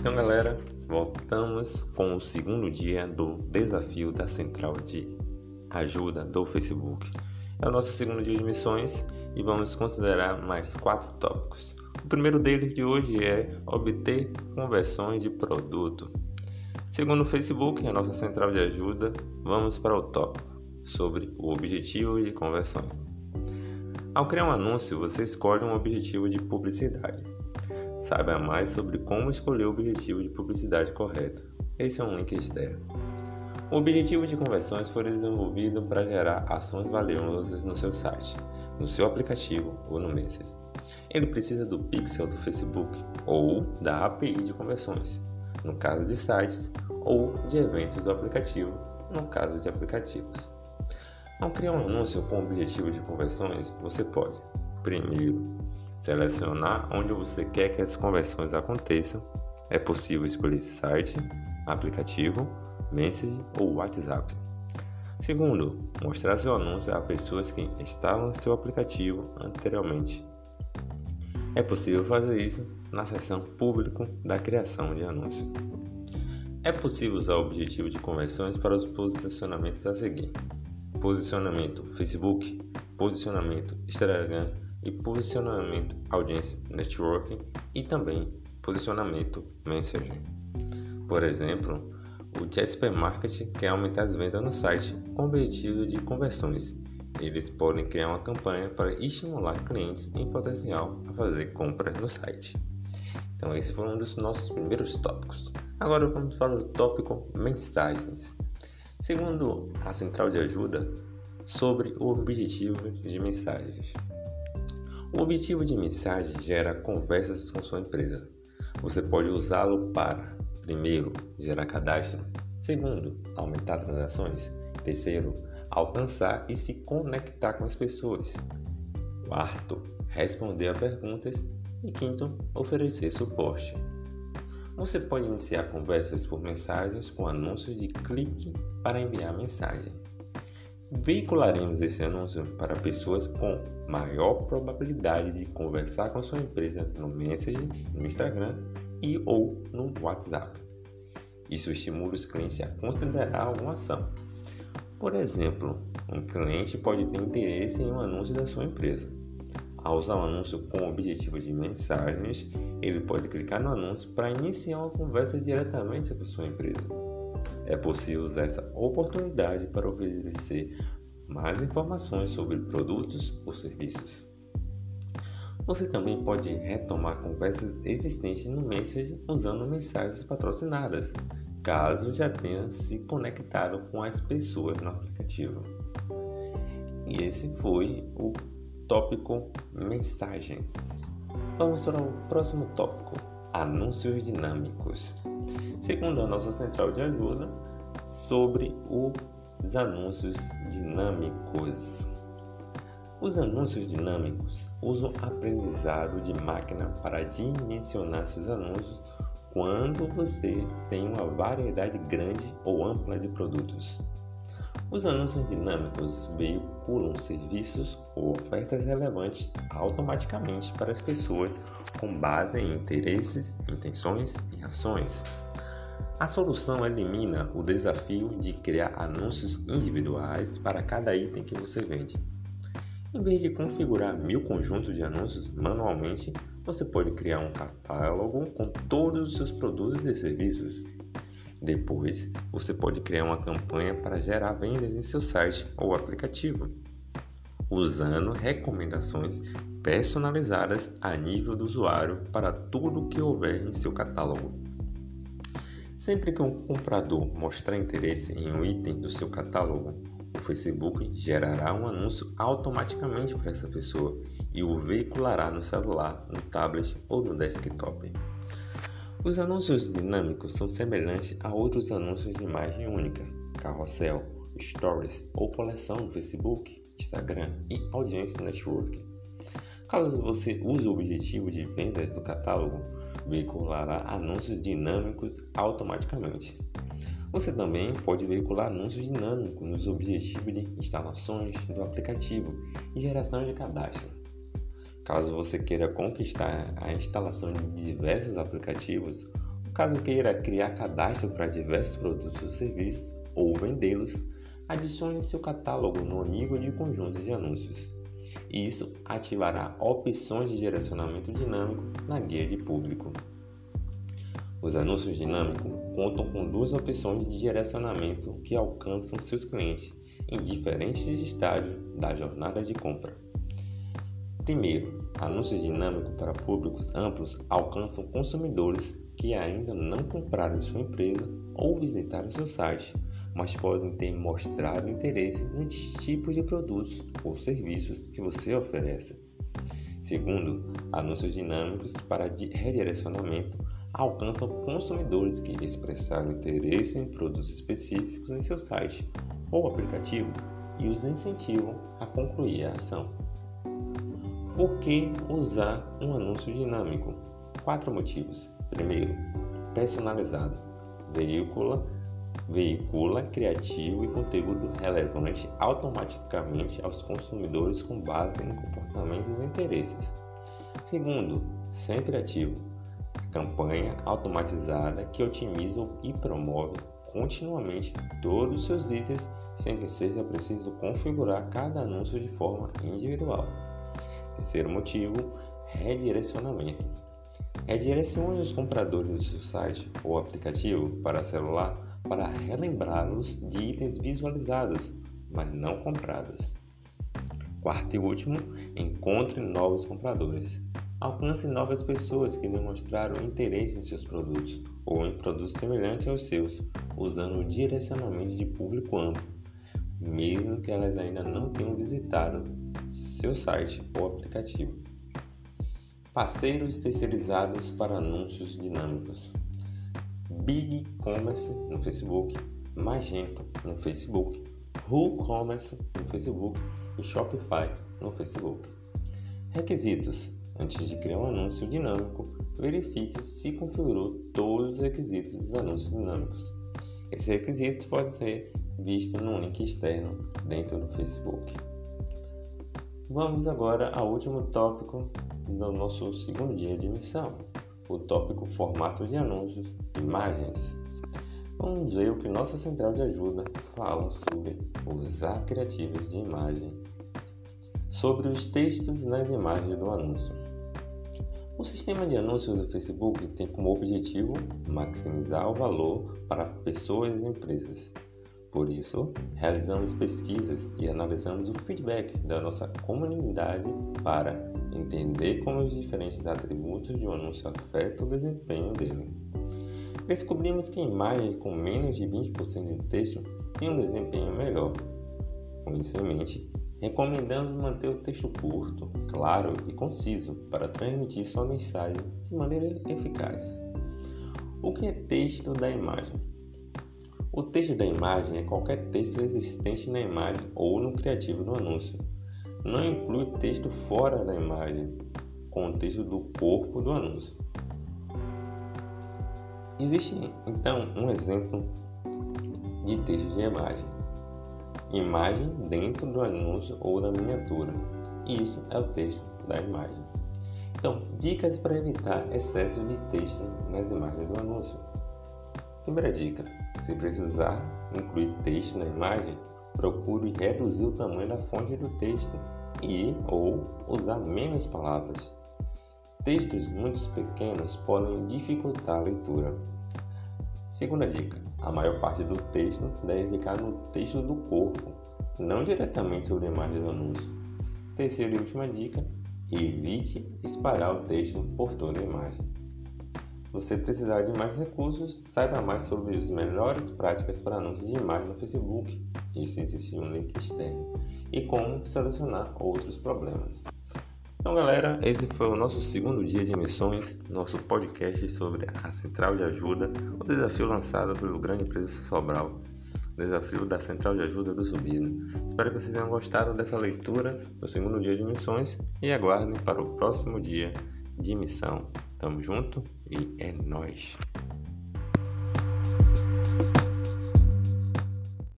Então, galera, voltamos com o segundo dia do desafio da central de ajuda do Facebook. É o nosso segundo dia de missões e vamos considerar mais 4 tópicos. O primeiro deles de hoje é obter conversões de produto. Segundo o Facebook, a nossa central de ajuda, vamos para o tópico sobre o objetivo de conversões. Ao criar um anúncio, você escolhe um objetivo de publicidade. Saiba mais sobre como escolher o objetivo de publicidade correto. Esse é um link externo. O objetivo de conversões foi desenvolvido para gerar ações valiosas no seu site, no seu aplicativo ou no Messenger. Ele precisa do pixel do Facebook ou da API de conversões, no caso de sites, ou de eventos do aplicativo, no caso de aplicativos. Ao criar um anúncio com o objetivo de conversões, você pode, primeiro, selecionar onde você quer que as conversões aconteçam. É possível escolher site, aplicativo, Messenger ou WhatsApp. Segundo, mostrar seu anúncio a pessoas que estavam no seu aplicativo anteriormente. É possível fazer isso na seção Público da criação de anúncio. É possível usar o objetivo de conversões para os posicionamentos a seguir: posicionamento Facebook, posicionamento Instagram e posicionamento Audience Networking e também posicionamento Messenger. Por exemplo, o Jasper Marketing quer aumentar as vendas no site com o objetivo de conversões. Eles podem criar uma campanha para estimular clientes em potencial a fazer compras no site. Então esse foi um dos nossos primeiros tópicos. Agora vamos para o tópico mensagens. Segundo a central de ajuda, sobre o objetivo de mensagens. O objetivo de mensagem gera conversas com sua empresa. Você pode usá-lo para, primeiro, gerar cadastro. Segundo, aumentar transações. Terceiro, alcançar e se conectar com as pessoas. Quarto, responder a perguntas. E quinto, oferecer suporte. Você pode iniciar conversas por mensagens com anúncios de clique para enviar mensagem. Veicularemos esse anúncio para pessoas com maior probabilidade de conversar com sua empresa no Messenger, no Instagram e ou no WhatsApp. Isso estimula os clientes a considerar alguma ação. Por exemplo, um cliente pode ter interesse em um anúncio da sua empresa. Ao usar o anúncio com o objetivo de mensagens, ele pode clicar no anúncio para iniciar uma conversa diretamente com sua empresa. É possível usar essa oportunidade para oferecer mais informações sobre produtos ou serviços. Você também pode retomar conversas existentes no Messenger usando mensagens patrocinadas, caso já tenha se conectado com as pessoas no aplicativo. E esse foi o tópico mensagens. Vamos para o próximo tópico: anúncios dinâmicos. Segundo a nossa central de ajuda, sobre os anúncios dinâmicos. Os anúncios dinâmicos usam aprendizado de máquina para dimensionar seus anúncios quando você tem uma variedade grande ou ampla de produtos. Os anúncios dinâmicos veiculam serviços ou ofertas relevantes automaticamente para as pessoas com base em interesses, intenções e ações. A solução elimina o desafio de criar anúncios individuais para cada item que você vende. Em vez de configurar 1000 conjuntos de anúncios manualmente, você pode criar um catálogo com todos os seus produtos e serviços. Depois, você pode criar uma campanha para gerar vendas em seu site ou aplicativo, usando recomendações personalizadas a nível do usuário para tudo que houver em seu catálogo. Sempre que um comprador mostrar interesse em um item do seu catálogo, o Facebook gerará um anúncio automaticamente para essa pessoa e o veiculará no celular, no tablet ou no desktop. Os anúncios dinâmicos são semelhantes a outros anúncios de imagem única, carrossel, stories ou coleção no Facebook, Instagram e Audience Network. Caso você use o objetivo de vendas do catálogo, veiculará anúncios dinâmicos automaticamente. Você também pode veicular anúncios dinâmicos nos objetivos de instalações do aplicativo e geração de cadastro. Caso você queira conquistar a instalação de diversos aplicativos, Caso queira criar cadastro para diversos produtos ou serviços ou vendê-los, adicione seu catálogo no nível de conjuntos de anúncios. Isso ativará opções de direcionamento dinâmico na guia de público. Os anúncios dinâmicos contam com duas opções de direcionamento que alcançam seus clientes em diferentes estágios da jornada de compra. Primeiro, anúncios dinâmicos para públicos amplos alcançam consumidores que ainda não compraram sua empresa ou visitaram seu site, mas podem ter mostrado interesse nos tipos de produtos ou serviços que você oferece. Segundo, anúncios dinâmicos para redirecionamento alcançam consumidores que expressaram interesse em produtos específicos em seu site ou aplicativo e os incentivam a concluir a ação. Por que usar um anúncio dinâmico? 4 motivos. Primeiro, personalizado. Veicula criativo e conteúdo relevante automaticamente aos consumidores com base em comportamentos e interesses. Segundo, sempre ativo. Campanha automatizada que otimiza e promove continuamente todos os seus itens sem que seja preciso configurar cada anúncio de forma individual. Terceiro motivo, redirecionamento. Redirecione os compradores do seu site ou aplicativo para celular para relembrá-los de itens visualizados, mas não comprados. Quarto e último, encontre novos compradores. Alcance novas pessoas que demonstraram interesse em seus produtos ou em produtos semelhantes aos seus, usando o direcionamento de público amplo, mesmo que elas ainda não tenham visitado seu site ou aplicativo. Parceiros terceirizados para anúncios dinâmicos. BigCommerce no Facebook, Magento no Facebook, WooCommerce no Facebook e Shopify no Facebook. Requisitos. Antes de criar um anúncio dinâmico, verifique se configurou todos os requisitos dos anúncios dinâmicos. Esses requisitos podem ser vistos no link externo dentro do Facebook. Vamos agora ao último tópico do nosso segundo dia de missão, o tópico formato de anúncios, imagens. Vamos ver o que nossa central de ajuda fala sobre usar criativos de imagem, sobre os textos nas imagens do anúncio. O sistema de anúncios do Facebook tem como objetivo maximizar o valor para pessoas e empresas. Por isso, realizamos pesquisas e analisamos o feedback da nossa comunidade para entender como os diferentes atributos de um anúncio afetam o desempenho dele. Descobrimos que imagens com menos de 20% de texto têm um desempenho melhor. Com isso em mente, recomendamos manter o texto curto, claro e conciso para transmitir sua mensagem de maneira eficaz. O que é texto da imagem? O texto da imagem é qualquer texto existente na imagem ou no criativo do anúncio. Não inclui texto fora da imagem, com o texto do corpo do anúncio. Existe, então, um exemplo de texto de imagem. Imagem dentro do anúncio ou da miniatura. Isso é o texto da imagem. Então, dicas para evitar excesso de texto nas imagens do anúncio. Primeira dica: se precisar incluir texto na imagem, procure reduzir o tamanho da fonte do texto ou usar menos palavras. Textos muito pequenos podem dificultar a leitura. Segunda dica: a maior parte do texto deve ficar no texto do corpo, não diretamente sobre a imagem do anúncio. Terceira e última dica: evite espalhar o texto por toda a imagem. Se você precisar de mais recursos, saiba mais sobre as melhores práticas para anúncios de imagem no Facebook, isso existe um link externo, e como solucionar outros problemas. Então galera, esse foi o nosso segundo dia de missões, nosso podcast sobre a Central de Ajuda, o desafio lançado pelo Grande Empresa Sobral, o desafio da Central de Ajuda do Zumbido. Espero que vocês tenham gostado dessa leitura do segundo dia de missões e aguardem para o próximo dia de missão. Tamo junto e é nóis!